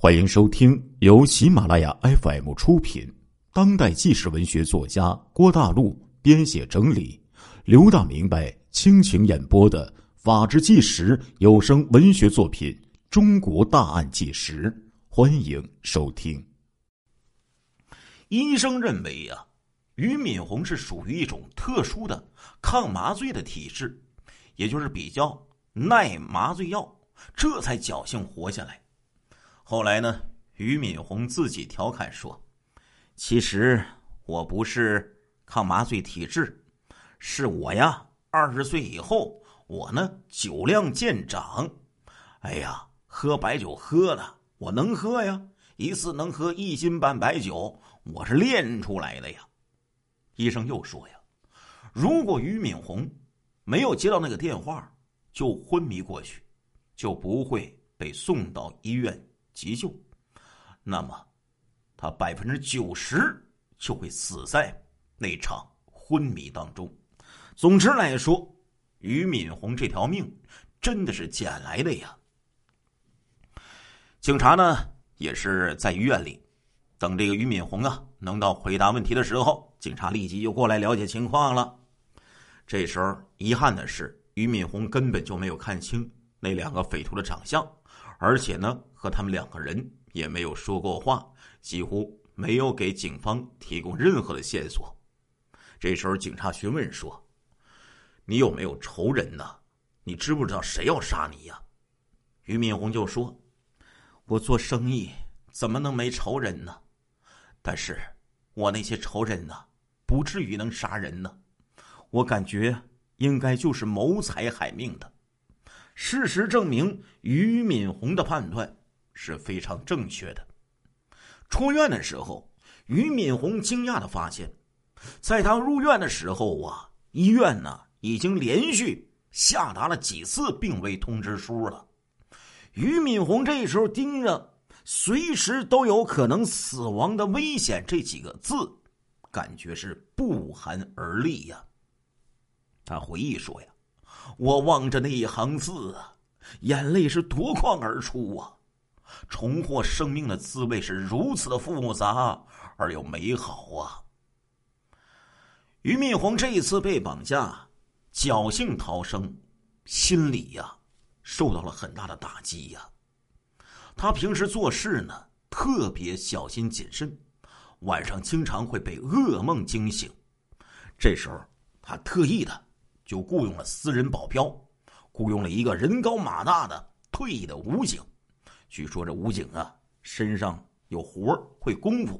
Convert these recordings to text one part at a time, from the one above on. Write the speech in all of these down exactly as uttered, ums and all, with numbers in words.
欢迎收听由喜马拉雅 F M 出品，当代纪实文学作家郭大陆编写整理，刘大明白倾情演播的法治纪实有声文学作品《中国大案纪实》，欢迎收听。 医生认为啊，俞敏洪是属于一种特殊的抗麻醉的体质，也就是比较耐麻醉药，这才侥幸活下来。后来呢，俞敏洪自己调侃说，其实我不是抗麻醉体质，是我呀二十岁以后我呢酒量渐长，哎呀喝白酒喝了我能喝呀，一次能喝一斤半白酒，我是练出来的呀。医生又说呀，如果俞敏洪没有接到那个电话就昏迷过去，就不会被送到医院急救，那么他百分之九十就会死在那场昏迷当中。总之来说，俞敏洪这条命真的是捡来的呀。警察呢也是在医院里等这个俞敏洪啊能到回答问题的时候，警察立即就过来了解情况了。这时候遗憾的是，俞敏洪根本就没有看清那两个匪徒的长相，而且呢和他们两个人也没有说过话，几乎没有给警方提供任何的线索。这时候警察询问说，你有没有仇人呢？你知不知道谁要杀你呀？俞敏洪就说，我做生意怎么能没仇人呢？但是我那些仇人呢不至于能杀人呢，我感觉应该就是谋财害命的。事实证明，俞敏洪的判断是非常正确的。出院的时候，俞敏洪惊讶地发现，在他入院的时候啊，医院呢已经连续下达了几次病危通知书了。俞敏洪这时候盯着随时都有可能死亡的危险这几个字，感觉是不寒而栗呀。他回忆说呀，我望着那一行字啊，眼泪是夺眶而出啊！重获生命的滋味是如此的复杂而又美好啊！俞敏洪这一次被绑架，侥幸逃生，心里呀、啊、受到了很大的打击呀、啊。他平时做事呢特别小心谨慎，晚上经常会被噩梦惊醒。这时候他特意的就雇佣了私人保镖，雇佣了一个人高马大的退役的武警。据说这武警啊身上有活会功夫。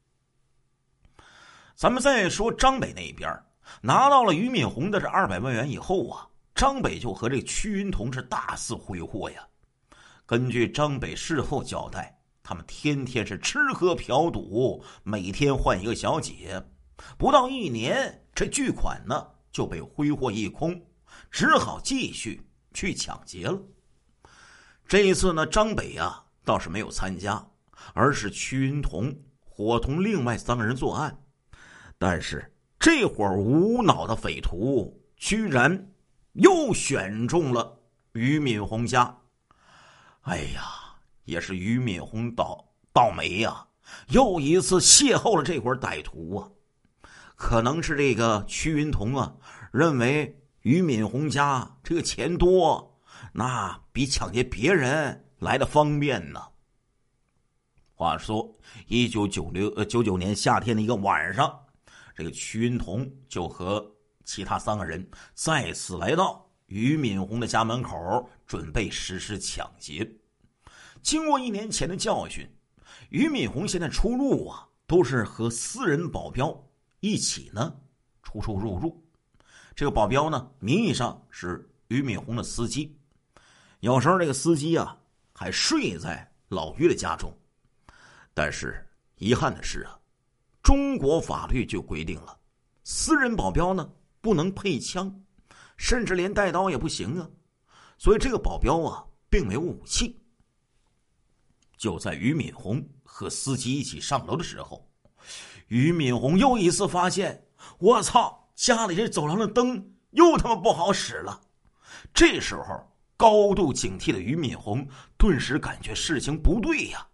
咱们再说张北那边，拿到了俞敏洪的这二百万元以后啊，张北就和这屈云同是大肆挥霍呀。根据张北事后交代，他们天天是吃喝嫖赌，每天换一个小姐，不到一年这巨款呢就被挥霍一空，只好继续去抢劫了。这一次呢，张北啊倒是没有参加，而是屈云同伙同另外三个人作案。但是这伙无脑的匪徒居然又选中了俞敏洪家。哎呀，也是俞敏洪倒倒霉呀，又一次邂逅了这伙歹徒啊。可能是这个屈云同啊认为俞敏洪家这个钱多，那比抢劫别人来的方便呢。话说一九九九年夏天的一个晚上，这个屈云同就和其他三个人再次来到俞敏洪的家门口，准备实施抢劫。经过一年前的教训，俞敏洪现在出入啊都是和私人保镖一起呢出出入入。这个保镖呢名义上是俞敏洪的司机，有时候这个司机啊还睡在老俞的家中。但是遗憾的是啊，中国法律就规定了，私人保镖呢不能配枪，甚至连带刀也不行啊。所以这个保镖啊并没有武器。就在俞敏洪和司机一起上楼的时候，俞敏洪又一次发现，我操，家里这走廊的灯又他妈不好使了。这时候高度警惕的俞敏洪顿时感觉事情不对呀，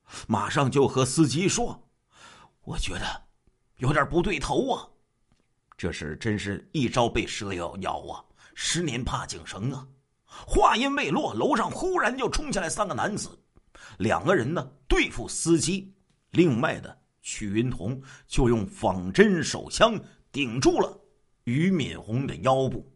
马上就和司机说：“我觉得有点不对头啊。”这是真是一朝被蛇咬咬啊，十年怕井绳啊！话音未落，楼上忽然就冲下来三个男子，两个人呢对付司机，另外的曲云彤就用仿真手枪顶住了俞敏洪的腰部。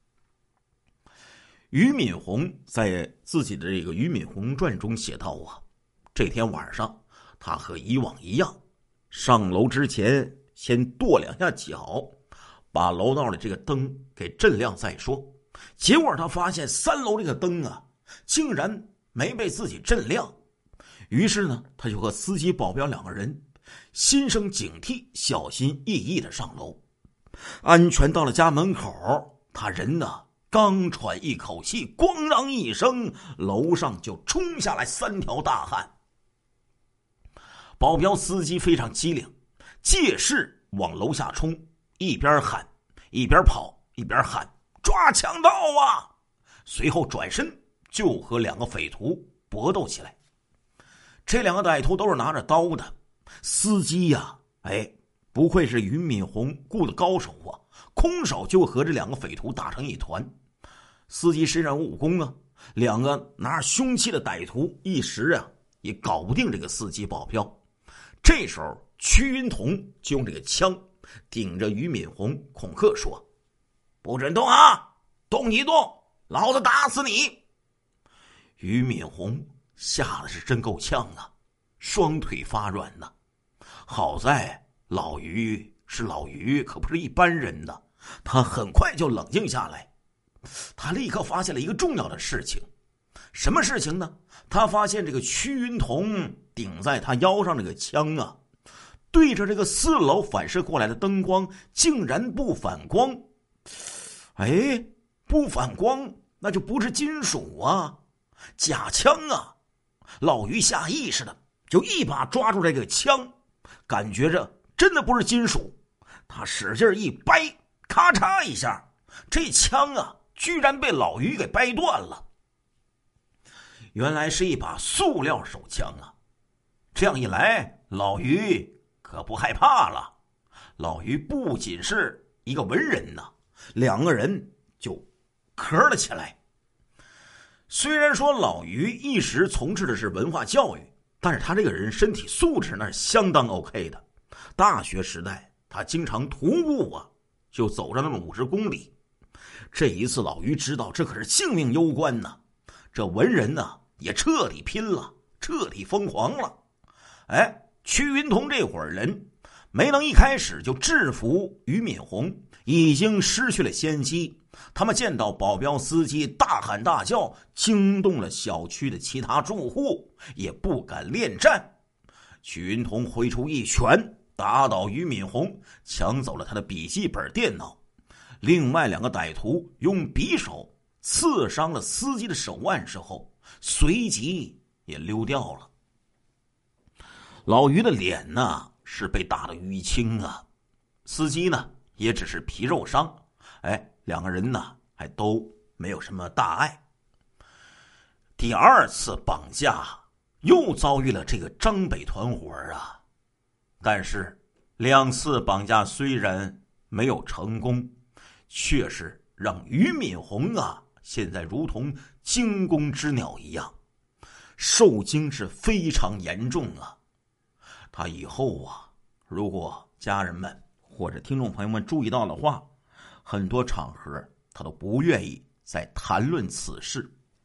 俞敏洪在自己的这个《俞敏洪传》中写道啊，这天晚上他和以往一样，上楼之前先跺两下脚，把楼道的这个灯给震亮再说。结果他发现三楼这个灯啊，竟然没被自己震亮。于是呢，他就和司机保镖两个人心生警惕，小心翼翼的上楼。安全到了家门口，他人呢刚喘一口气，咣当一声，楼上就冲下来三条大汉。保镖司机非常机灵，借势往楼下冲，一边喊一边跑，一边喊抓强盗啊！随后转身就和两个匪徒搏斗起来。这两个歹徒都是拿着刀的，司机呀、啊，哎，不愧是俞敏洪雇的高手啊，空手就和这两个匪徒打成一团。司机身上有武功啊，两个拿着凶器的歹徒一时啊也搞不定这个司机保镖。这时候屈云彤就用这个枪顶着俞敏洪恐吓说：“不准动啊！动一动，老子打死你！”俞敏洪吓得是真够呛啊，双腿发软呢。好在老俞是老俞，可不是一般人呢。他很快就冷静下来，他立刻发现了一个重要的事情。什么事情呢？他发现这个屈云彤顶在他腰上这个枪啊，对着这个四楼反射过来的灯光竟然不反光。哎，不反光那就不是金属啊，假枪啊！老俞下意识的就一把抓住这个枪，感觉着真的不是金属，他使劲一掰，咔嚓一下，这枪啊居然被老俞给掰断了。原来是一把塑料手枪啊！这样一来，老俞可不害怕了。老俞不仅是一个文人呢，两个人就咳了起来。虽然说老俞一直从事的是文化教育，但是他这个人身体素质那是相当 OK 的。大学时代他经常徒步啊，就走上那么五十公里。这一次老俞知道这可是性命攸关呢，这文人呢也彻底拼了，彻底疯狂了。哎，屈云彤这伙人没能一开始就制服俞敏洪，已经失去了先机。他们见到保镖司机大喊大叫，惊动了小区的其他住户，也不敢恋战。屈云彤挥出一拳打倒俞敏洪，抢走了他的笔记本电脑。另外两个歹徒用匕首刺伤了司机的手腕之后，随即也溜掉了。老俞的脸呢是被打得淤青啊，司机呢也只是皮肉伤，哎，两个人呢还都没有什么大碍。第二次绑架又遭遇了这个张北团伙啊，但是两次绑架虽然没有成功，却是让俞敏洪啊现在如同惊弓之鸟一样，受惊是非常严重啊。他以后啊，如果家人们或者听众朋友们注意到的话，很多场合他都不愿意再谈论此事。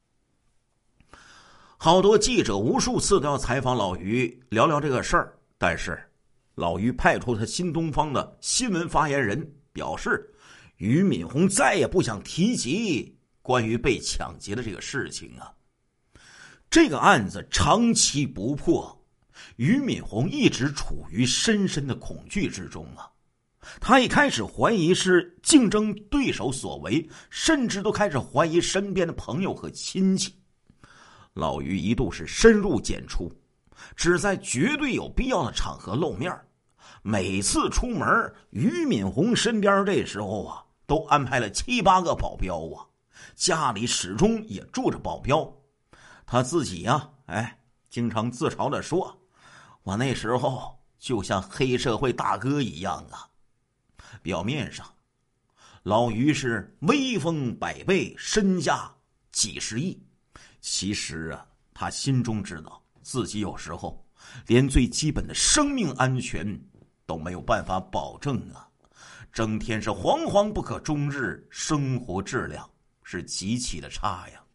好多记者无数次都要采访老俞聊聊这个事儿，但是老俞派出他新东方的新闻发言人表示，俞敏洪再也不想提及关于被抢劫的这个事情啊。这个案子长期不破，俞敏洪一直处于深深的恐惧之中啊。他一开始怀疑是竞争对手所为，甚至都开始怀疑身边的朋友和亲戚。老俞一度是深入简出，只在绝对有必要的场合露面。每次出门，俞敏洪身边这时候啊，都安排了七八个保镖啊，家里始终也住着保镖。他自己呀、啊，哎， 经常自嘲地说：“我那时候就像黑社会大哥一样啊。”表面上，老于是威风百倍，身价几十亿。其实啊，他心中知道自己有时候连最基本的生命安全都没有办法保证啊，整天是惶惶不可终日，生活质量是极其的差呀。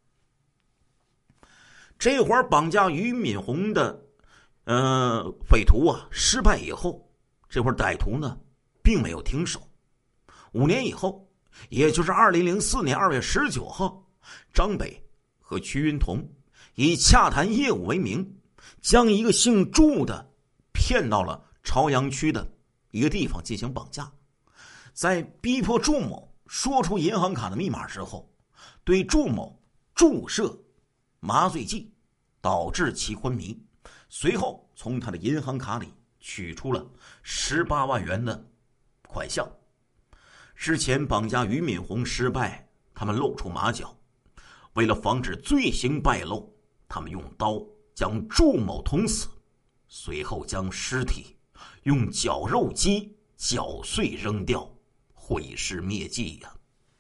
这会儿绑架俞敏洪的呃匪徒啊失败以后，这会儿歹徒呢并没有停手。五年以后，也就是二零零四年二月十九号，张北和瞿云彤以洽谈业务为名，将一个姓祝的骗到了朝阳区的一个地方进行绑架。在逼迫祝某说出银行卡的密码之后，对祝某注射麻醉剂，导致其昏迷。随后从他的银行卡里取出了十八万元的款项。之前绑架俞敏洪失败，他们露出马脚，为了防止罪行败露，他们用刀将祝某捅死，随后将尸体用绞肉机绞碎扔掉，毁尸灭迹呀。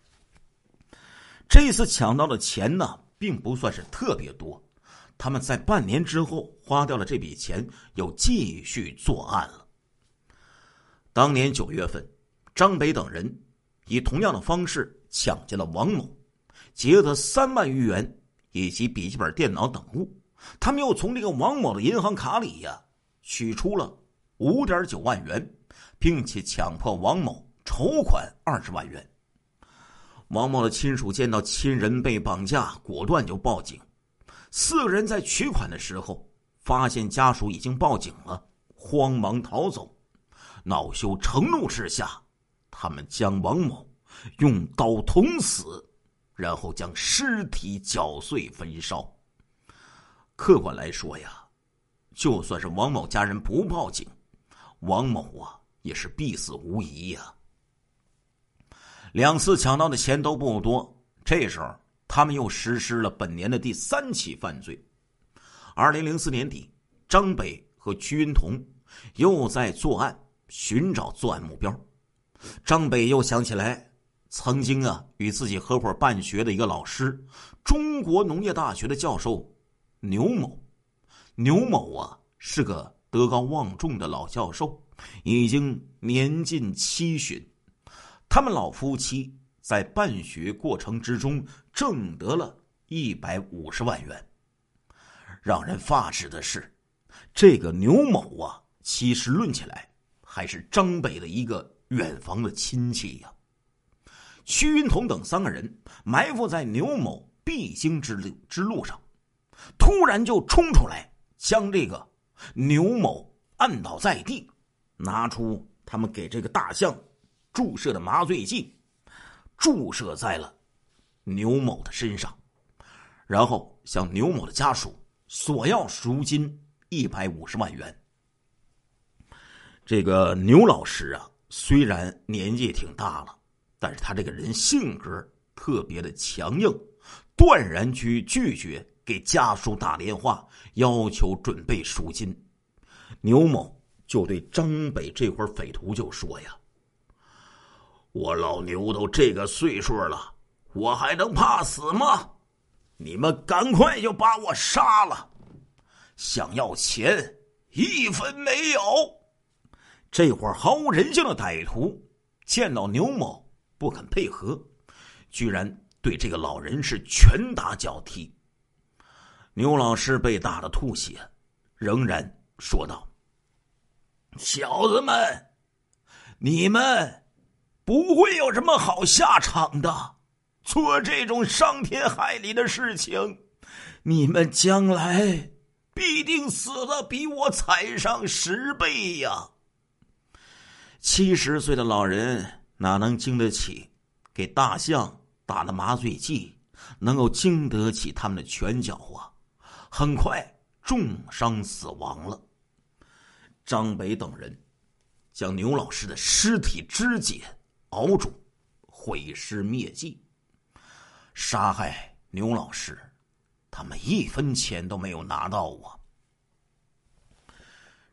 这次抢到的钱呢，并不算是特别多，他们在半年之后花掉了这笔钱，又继续作案了。当年九月份，张北等人以同样的方式抢劫了王某，劫得三万余元以及笔记本电脑等物。他们又从这个王某的银行卡里呀取出了 五点九万元，并且强迫王某筹款二十万元。王某的亲属见到亲人被绑架，果断就报警。四个人在取款的时候发现家属已经报警了，慌忙逃走。恼羞成怒之下，他们将王某用刀捅死，然后将尸体绞碎焚烧。客观来说呀，就算是王某家人不报警，王某啊也是必死无疑呀。两次抢到的钱都不多，这时候他们又实施了本年的第三起犯罪。二零零四年底，张北和瞿云彤又在作案，寻找作案目标。张北又想起来曾经啊与自己合伙办学的一个老师，中国农业大学的教授牛某。牛某啊是个德高望重的老教授，已经年近七旬。他们老夫妻在办学过程之中挣得了一百五十万元。让人发指的是，这个牛某啊其实论起来还是张北的一个远房的亲戚呀。瞿云彤等三个人埋伏在牛某必经之路之路上，突然就冲出来，将这个牛某按倒在地，拿出他们给这个大象注射的麻醉剂，注射在了牛某的身上，然后向牛某的家属索要赎金一百五十万元。这个牛老师啊，虽然年纪挺大了，但是他这个人性格特别的强硬，断然去拒绝给家属打电话要求准备赎金。牛某就对张北这伙匪徒就说呀：“我老牛都这个岁数了，我还能怕死吗？你们赶快就把我杀了！想要钱，一分没有！”这伙毫无人性的歹徒见到牛某不肯配合，居然对这个老人是拳打脚踢。牛老师被打得吐血，仍然说道：“小子们，你们不会有什么好下场的，做这种伤天害理的事情，你们将来必定死得比我惨上十倍呀！”七十岁的老人哪能经得起给大象打了麻醉剂，能够经得起他们的拳脚啊？很快重伤死亡了。张北等人将牛老师的尸体肢解熬煮，毁尸灭迹。杀害牛老师，他们一分钱都没有拿到啊！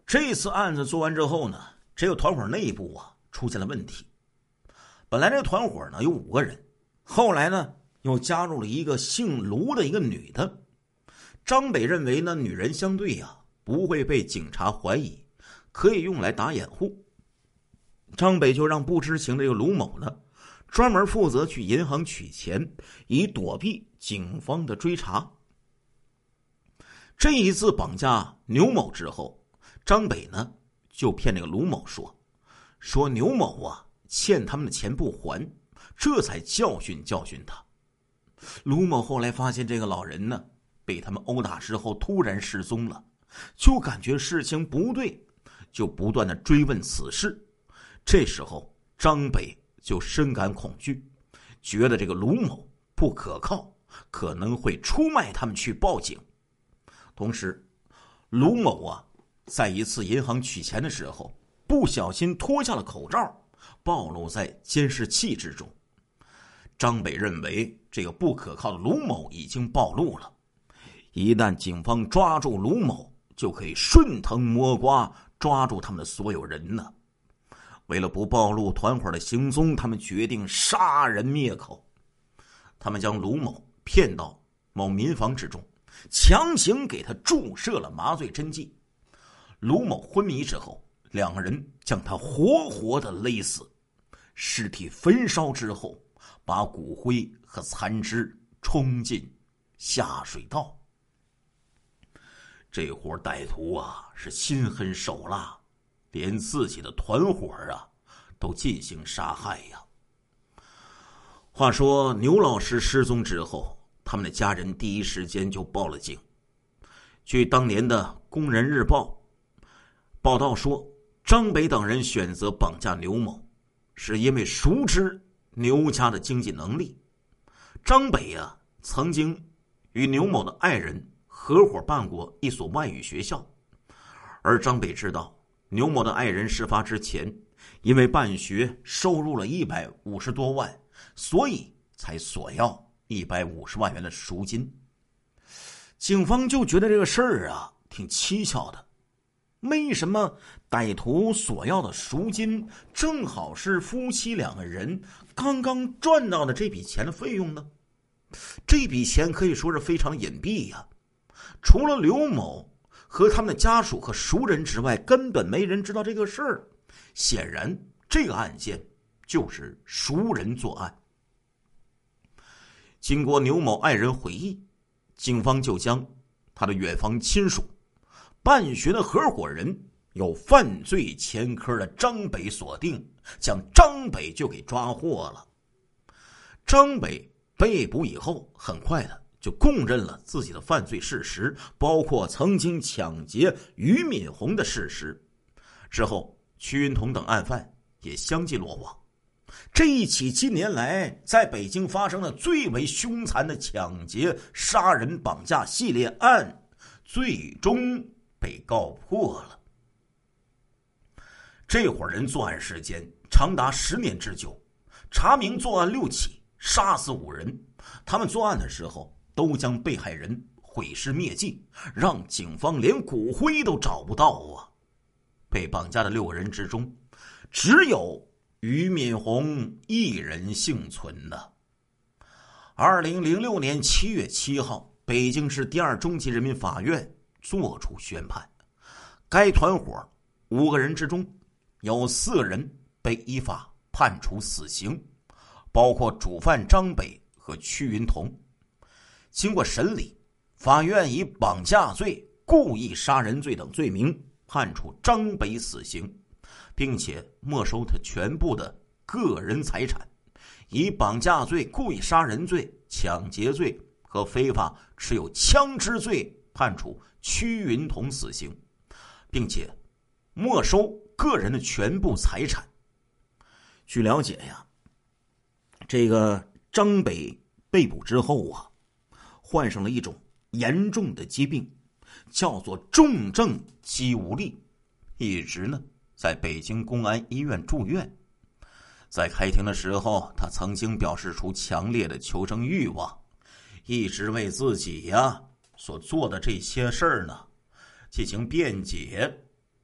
这次案子做完之后呢，这个团伙内部啊出现了问题。本来这个团伙呢有五个人，后来呢又加入了一个姓卢的一个女的。张北认为呢，女人相对呀、啊、不会被警察怀疑，可以用来打掩护。张北就让不知情的这个卢某呢，专门负责去银行取钱，以躲避警方的追查。这一次绑架牛某之后，张北呢就骗这个卢某说，说牛某啊欠他们的钱不还，这才教训教训他。卢某后来发现这个老人呢被他们殴打之后突然失踪了，就感觉事情不对，就不断的追问此事。这时候张北就深感恐惧，觉得这个卢某不可靠，可能会出卖他们去报警。同时卢某啊在一次银行取钱的时候不小心脱下了口罩，暴露在监视器之中。张北认为这个不可靠的卢某已经暴露了，一旦警方抓住卢某，就可以顺藤摸瓜抓住他们的所有人呢。为了不暴露团伙的行踪，他们决定杀人灭口。他们将卢某骗到某民房之中，强行给他注射了麻醉针剂。卢某昏迷之后，两个人将他活活的勒死，尸体焚烧之后，把骨灰和残肢冲进下水道。这伙歹徒啊是心狠手辣，连自己的团伙啊都进行杀害呀。话说牛老师失踪之后，他们的家人第一时间就报了警。据当年的《工人日报》报道说，张北等人选择绑架牛某，是因为熟知牛家的经济能力。张北啊曾经与牛某的爱人合伙办过一所外语学校，而张北知道牛某的爱人事发之前因为办学收入了一百五十多万，所以才索要一百五十万元的赎金。警方就觉得这个事儿啊挺蹊跷的，为什么歹徒索要的赎金正好是夫妻两个人刚刚赚到的这笔钱的费用呢？这笔钱可以说是非常隐蔽呀、啊，除了刘某和他们的家属和熟人之外，根本没人知道这个事儿。显然这个案件就是熟人作案。经过牛某爱人回忆，警方就将他的远房亲属、办学的合伙人、有犯罪前科的张北锁定，将张北就给抓获了。张北被捕以后，很快的就供认了自己的犯罪事实，包括曾经抢劫俞敏洪的事实。之后屈云彤等案犯也相继落网。这一起近年来在北京发生的最为凶残的抢劫、杀人、绑架系列案，最终被告破了。这伙人作案时间长达十年之久，查明作案六起，杀死五人。他们作案的时候都将被害人毁尸灭迹，让警方连骨灰都找不到啊！被绑架的六个人之中，只有俞敏洪一人幸存的。二零零六年七月七号，北京市第二中级人民法院作出宣判，该团伙五个人之中，有四个人被依法判处死刑，包括主犯张北和屈云彤。经过审理，法院以绑架罪、故意杀人罪等罪名判处张北死刑，并且没收他全部的个人财产，以绑架罪、故意杀人罪、抢劫罪和非法持有枪支罪判处屈云彤死刑，并且没收个人的全部财产。据了解呀，这个张北被捕之后啊，患上了一种严重的疾病，叫做重症肌无力，一直呢在北京公安医院住院。在开庭的时候，他曾经表示出强烈的求生欲望，一直为自己呀所做的这些事儿呢进行辩解。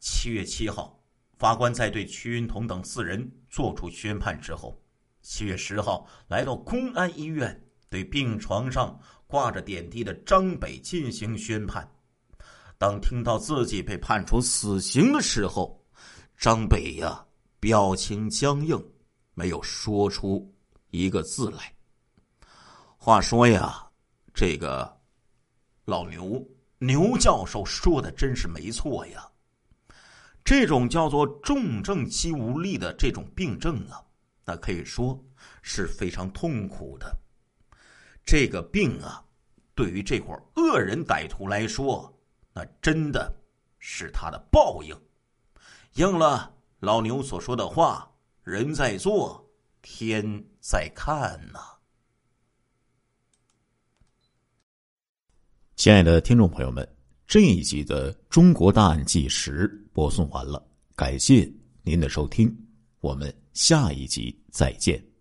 七月七号，法官在对屈云同等四人作出宣判之后，七月十号来到公安医院，对病床上挂着点滴的张北进行宣判。当听到自己被判处死刑的时候，张北呀，表情僵硬，没有说出一个字来。话说呀，这个老牛牛教授说的真是没错呀。这种叫做重症肌无力的这种病症啊，那可以说是非常痛苦的。这个病啊，对于这伙恶人歹徒来说，那真的是他的报应。应了老牛所说的话，人在做，天在看呐、啊。 亲爱的听众朋友们，这一集的《中国大案纪实》播送完了，感谢您的收听，我们下一集再见。